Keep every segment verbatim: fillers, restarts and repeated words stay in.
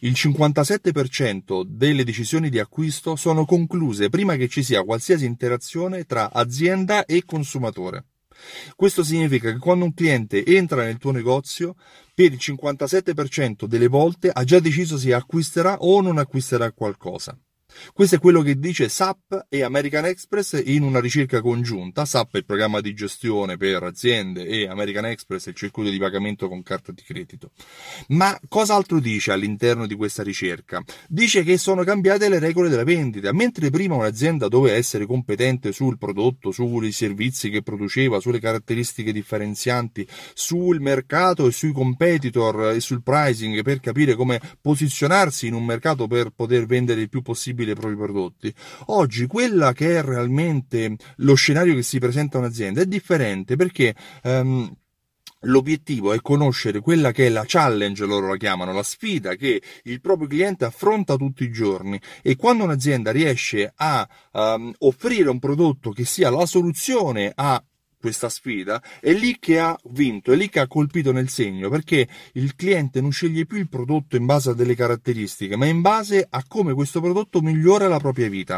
Il cinquantasette per cento delle decisioni di acquisto sono concluse prima che ci sia qualsiasi interazione tra azienda e consumatore. Questo significa che quando un cliente entra nel tuo negozio, per il cinquantasette per cento delle volte ha già deciso se acquisterà o non acquisterà qualcosa. Questo è quello che dice S A P e American Express in una ricerca congiunta. S A P è il programma di gestione per aziende e American Express è il circuito di pagamento con carta di credito. Ma cos'altro dice all'interno di questa ricerca? Dice che sono cambiate le regole della vendita. Mentre prima un'azienda doveva essere competente sul prodotto, sui servizi che produceva, sulle caratteristiche differenzianti, sul mercato e sui competitor e sul pricing per capire come posizionarsi in un mercato per poter vendere il più possibile i propri prodotti, oggi quella che è realmente lo scenario che si presenta a un'azienda è differente, perché um, l'obiettivo è conoscere quella che è la challenge, loro la chiamano, la sfida che il proprio cliente affronta tutti i giorni, e quando un'azienda riesce a um, offrire un prodotto che sia la soluzione a questa sfida, è lì che ha vinto, è lì che ha colpito nel segno, perché il cliente non sceglie più il prodotto in base a delle caratteristiche, ma in base a come questo prodotto migliora la propria vita.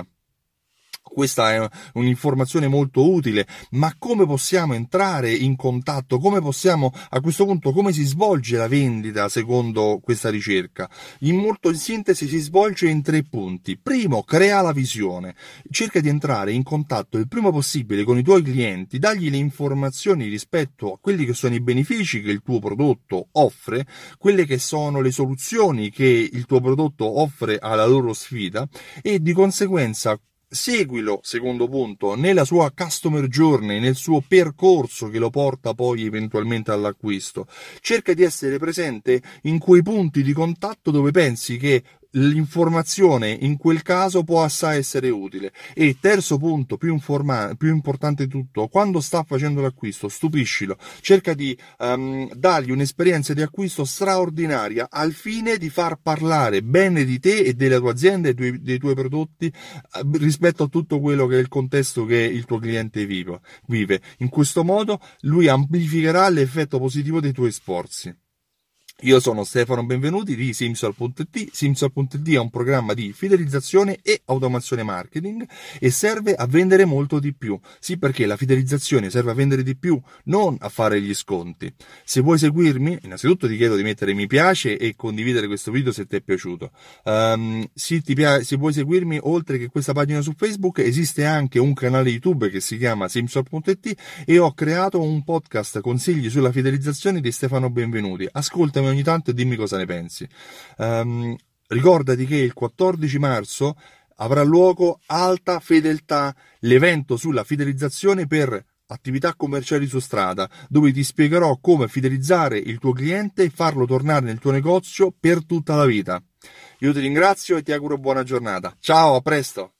Questa è un'informazione molto utile, ma come possiamo entrare in contatto? Come possiamo, a questo punto, come si svolge la vendita secondo questa ricerca? In molto in sintesi si svolge in tre punti. Primo, crea la visione. Cerca di entrare in contatto il prima possibile con i tuoi clienti, dagli le informazioni rispetto a quelli che sono i benefici che il tuo prodotto offre, quelle che sono le soluzioni che il tuo prodotto offre alla loro sfida, e di conseguenza seguilo, secondo punto, nella sua customer journey, nel suo percorso che lo porta poi eventualmente all'acquisto. Cerca di essere presente in quei punti di contatto dove pensi che l'informazione in quel caso può assai essere utile. E terzo punto, più, informa- più importante di tutto, quando sta facendo l'acquisto, stupiscilo, cerca di um, dargli un'esperienza di acquisto straordinaria al fine di far parlare bene di te e della tua azienda e dei, dei tuoi prodotti uh, rispetto a tutto quello che è il contesto che il tuo cliente vive. vive. In questo modo lui amplificherà l'effetto positivo dei tuoi sforzi. Io sono Stefano Benvenuti di Simsol punto it. Simsol punto it è un programma di fidelizzazione e automazione marketing e serve a vendere molto di più. Sì, perché la fidelizzazione serve a vendere di più, non a fare gli sconti. Se vuoi seguirmi, innanzitutto ti chiedo di mettere mi piace e condividere questo video se ti è piaciuto. Um, se, ti piace, se vuoi seguirmi, oltre che questa pagina su Facebook, esiste anche un canale YouTube che si chiama Simsol punto it e ho creato un podcast consigli sulla fidelizzazione di Stefano Benvenuti. Ascoltami ogni tanto e dimmi cosa ne pensi. Um, ricordati che il quattordici marzo avrà luogo Alta Fedeltà, l'evento sulla fidelizzazione per attività commerciali su strada, dove ti spiegherò come fidelizzare il tuo cliente e farlo tornare nel tuo negozio per tutta la vita. Io ti ringrazio e ti auguro buona giornata. Ciao, a presto!